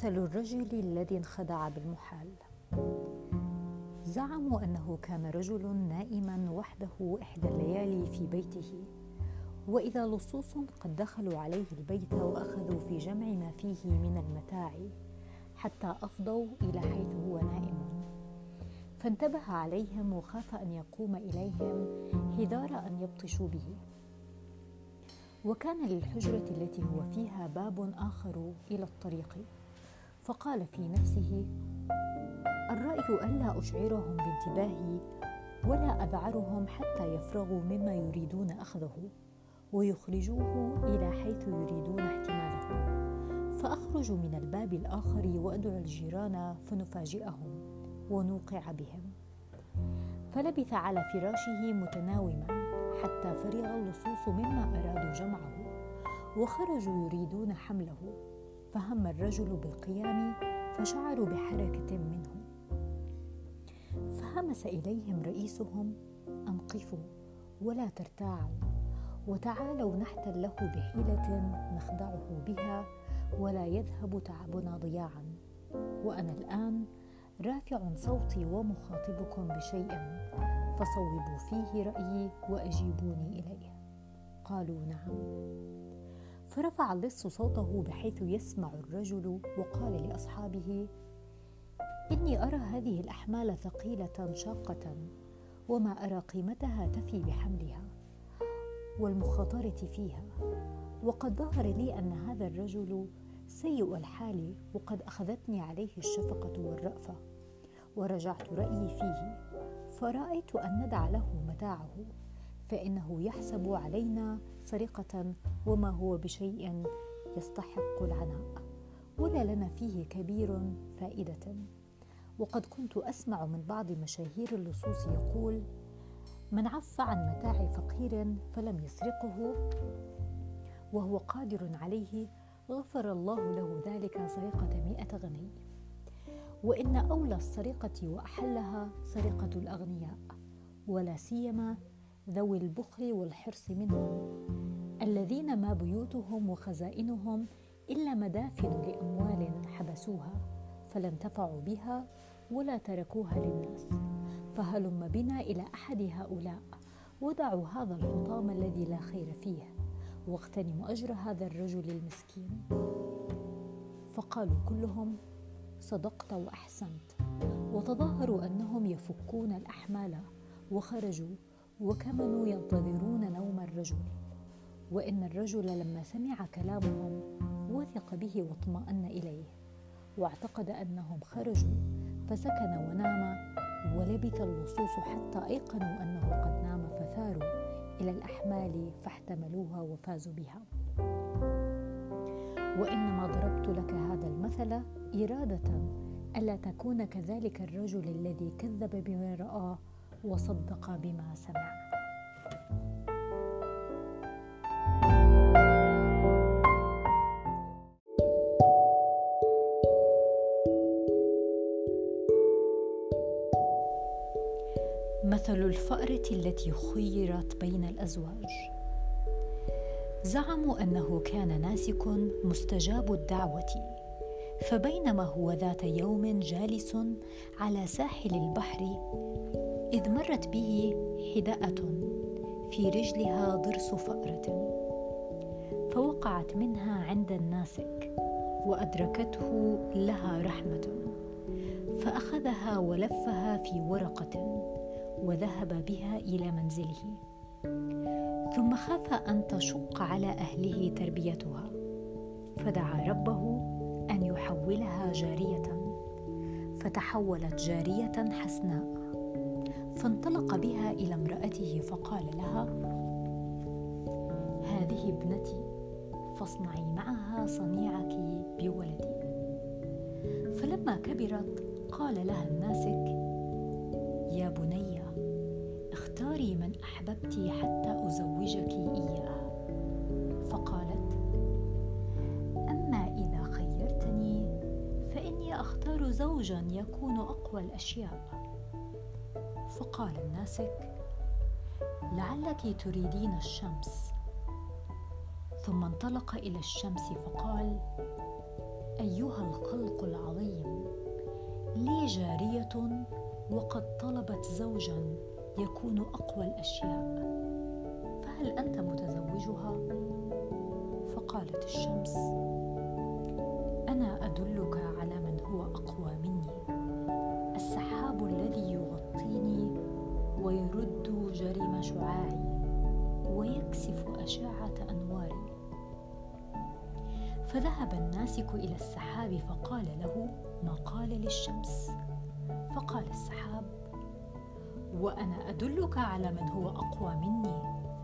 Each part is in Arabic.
مثل الرجل الذي انخدع بالمحال. زعموا أنه كان رجل نائما وحده إحدى الليالي في بيته، وإذا لصوص قد دخلوا عليه البيت وأخذوا في جمع ما فيه من المتاع حتى أفضوا إلى حيث هو نائم، فانتبه عليهم وخاف أن يقوم إليهم حذار أن يبطشوا به. وكان للحجرة التي هو فيها باب آخر إلى الطريق، فقال في نفسه: الرأي ألا أشعرهم بانتباهي ولا أذعرهم حتى يفرغوا مما يريدون أخذه ويخرجوه إلى حيث يريدون احتماله، فأخرج من الباب الآخر وأدعو الجيران فنفاجئهم ونوقع بهم. فلبث على فراشه متناوما حتى فرغ اللصوص مما أرادوا جمعه وخرجوا يريدون حمله، فهم الرجل بالقيام فشعروا بحركة منه، فهمس إليهم رئيسهم: أنقفوا ولا ترتاعوا، وتعالوا نحتل له بحيلة نخدعه بها ولا يذهب تعبنا ضياعا، وأنا الآن رافع صوتي ومخاطبكم بشيء، فصوبوا فيه رأيي وأجيبوني إليه. قالوا: نعم. فرفع اللص صوته بحيث يسمع الرجل وقال لأصحابه: إني أرى هذه الأحمال ثقيلة شاقة، وما أرى قيمتها تفي بحملها والمخاطرة فيها، وقد ظهر لي أن هذا الرجل سيء الحال، وقد أخذتني عليه الشفقة والرأفة، ورجعت رأيي فيه، فرأيت أن ندع له متاعه، فإنه يحسب علينا سرقة وما هو بشيء يستحق العناء، ولا لنا فيه كبير فائدة. وقد كنت أسمع من بعض مشاهير اللصوص يقول: من عف عن متاع فقير فلم يسرقه وهو قادر عليه غفر الله له ذلك سرقة 100 غني. وإن أولى السرقة وأحلها سرقة الأغنياء، ولا سيما ذوي البخل والحرص منهم، الذين ما بيوتهم وخزائنهم إلا مدافن لأموال حبسوها فلا انتفعوا بها ولا تركوها للناس. فهلم بنا إلى أحد هؤلاء ودعوا هذا الحطام الذي لا خير فيه، واغتنموا أجر هذا الرجل المسكين. فقالوا كلهم: صدقت وأحسنت، وتظاهروا أنهم يفكون الأحمال، وخرجوا وكمنوا ينتظرون نوم الرجل. وإن الرجل لما سمع كلامهم وثق به واطمأن إليه، واعتقد أنهم خرجوا، فسكن ونام. ولبث اللصوص حتى أيقنوا أنه قد نام، فثاروا إلى الأحمال فاحتملوها وفازوا بها. وإنما ضربت لك هذا المثل إرادة ألا تكون كذلك الرجل الذي كذب بما رأى وصدق بما سمع. مثل الفأرة التي خيرت بين الأزواج. زعموا أنه كان ناسك مستجاب الدعوة، فبينما هو ذات يوم جالس على ساحل البحر، إذ مرت به حدأة في رجلها ضرس فأرة، فوقعت منها عند الناسك وأدركته لها رحمة، فأخذها ولفها في ورقة وذهب بها إلى منزله، ثم خاف أن تشق على أهله تربيتها، فدعا ربه أن يحولها جارية، فتحولت جارية حسناء، فانطلق بها إلى امرأته فقال لها: هذه ابنتي، فاصنعي معها صنيعك بولدي. فلما كبرت قال لها الناسك: يا بني، اختاري من أحببت حتى أزوجك إياه. فقالت: أما إذا خيرتني فإني أختار زوجا يكون أقوى الأشياء. فقال الناسك: لعلك تريدين الشمس. ثم انطلق إلى الشمس فقال: أيها الخلق العظيم، لي جارية وقد طلبت زوجا يكون أقوى الأشياء، فهل أنت متزوجها؟ فقالت الشمس: أنا أدلك على من هو أقوى مني، السحاب الذي يغطيني ويرد جريم شعاعي ويكسف أشعة أنواري. فذهب الناسك إلى السحاب فقال له ما قال للشمس. فقال السحاب: وأنا أدلك على من هو أقوى مني.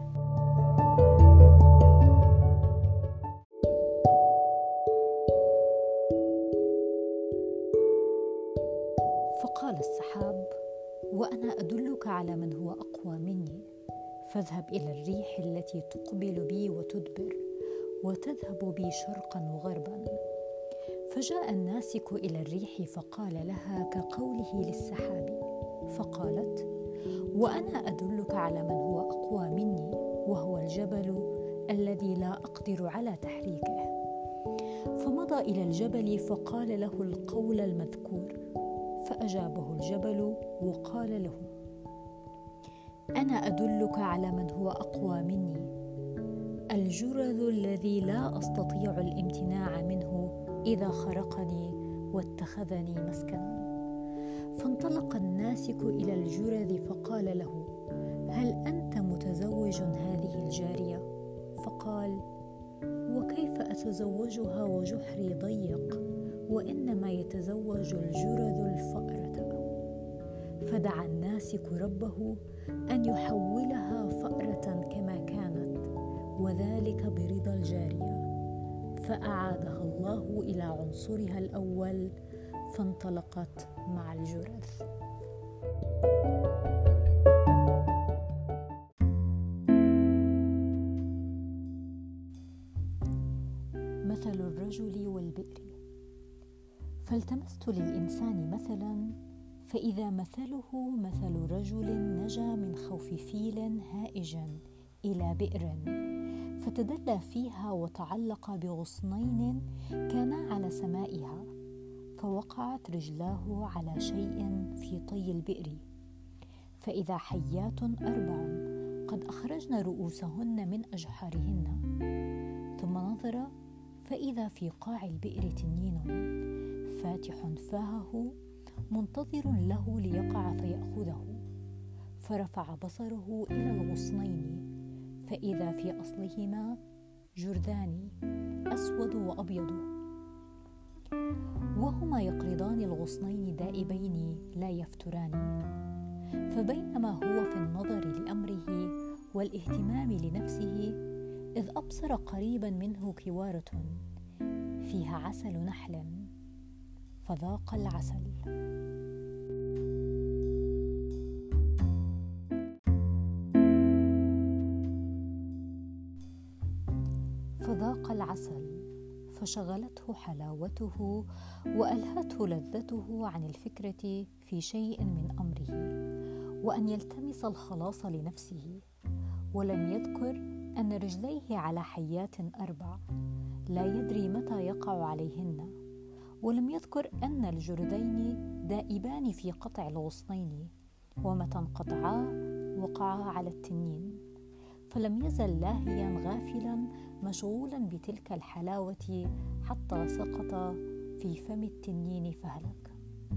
فقال السحاب: وأنا أدلك على من هو أقوى مني، فاذهب إلى الريح التي تقبل بي وتدبر وتذهب بي شرقا وغربا. فجاء الناسك إلى الريح فقال لها كقوله للسحاب، فقالت: وأنا أدلك على من هو أقوى مني، وهو الجبل الذي لا أقدر على تحريكه. فمضى إلى الجبل فقال له القول المذكور، فأجابه الجبل وقال له: أنا أدلك على من هو أقوى مني، الجرذ الذي لا أستطيع الامتناع منه إذا خرقني واتخذني مسكنا. فانطلق الناسك إلى الجرذ فقال له: هل أنت متزوج هذه الجارية؟ فقال: وكيف أتزوجها وجحري ضيق، وإنما يتزوج الجرذ الفأرة. فدعا الناسك ربه أن يحولها فأرة كما كانت، وذلك برضا الجارية، فأعادها الله إلى عنصرها الأول، فانطلقت مع الجرذ. مثل الرجل والبئر. فالتمست للإنسان مثلا، فإذا مثله مثل رجل نجا من خوف فيل هائج إلى بئر، فتدلى فيها وتعلق بغصنين كانا على سمائها، فوقعت رجلاه على شيء في طي البئر، فإذا حيات 4 قد أخرجن رؤوسهن من أجحارهن، ثم نظر فإذا في قاع البئر تنين فاتح فاهه منتظر له ليقع فيأخذه، فرفع بصره إلى الغصنين فإذا في أصلهما جرذان أسود وأبيض، وهما يقرضان الغصنين دائبين لا يفتران. فبينما هو في النظر لأمره والاهتمام لنفسه، إذ أبصر قريبا منه كوارة فيها عسل نحل، فذاق العسل. فذاق العسل فشغلته حلاوته وألهته لذته عن الفكرة في شيء من أمره وأن يلتمس الخلاص لنفسه، ولم يذكر أن رجليه على حيات 4 لا يدري متى يقع عليهن، ولم يذكر أن الجرذين دائبان في قطع الغصنين، ومتى انقطعا وقعا على التنين، فلم يزل لاهيا غافلا مشغولا بتلك الحلاوة حتى سقط في فم التنين فهلك.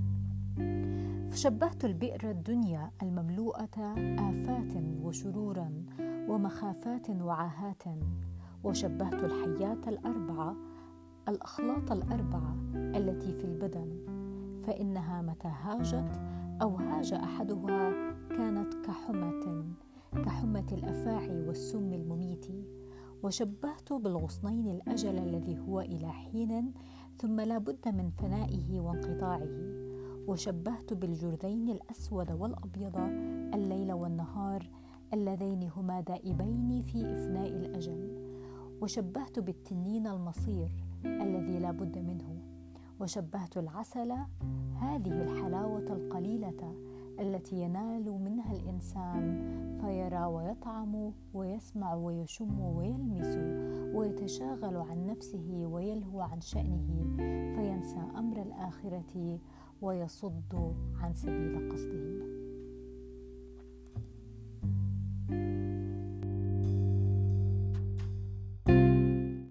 فشبهت البئر الدنيا المملوءة آفات وشرورا ومخافات وعاهات، وشبهت الحياة 4 الأخلاط 4 التي في البدن، فإنها متى هاجت أو هاج أحدها كانت كحمة الأفاعي والسم المميت. وشبهت بالغصنين الأجل الذي هو إلى حين ثم لا بد من فنائه وانقطاعه. وشبهت بالجرذين الأسود والأبيض الليل والنهار اللذين هما دائبين في إفناء الأجل. وشبهت بالتنين المصير الذي لا بد منه. وشبهت العسل هذه الحلاوة القليلة التي ينال منها الإنسان فيرى ويطعم ويسمع ويشم ويلمس ويتشاغل عن نفسه ويلهو عن شأنه، فينسى أمر الآخرة ويصد عن سبيل قصده.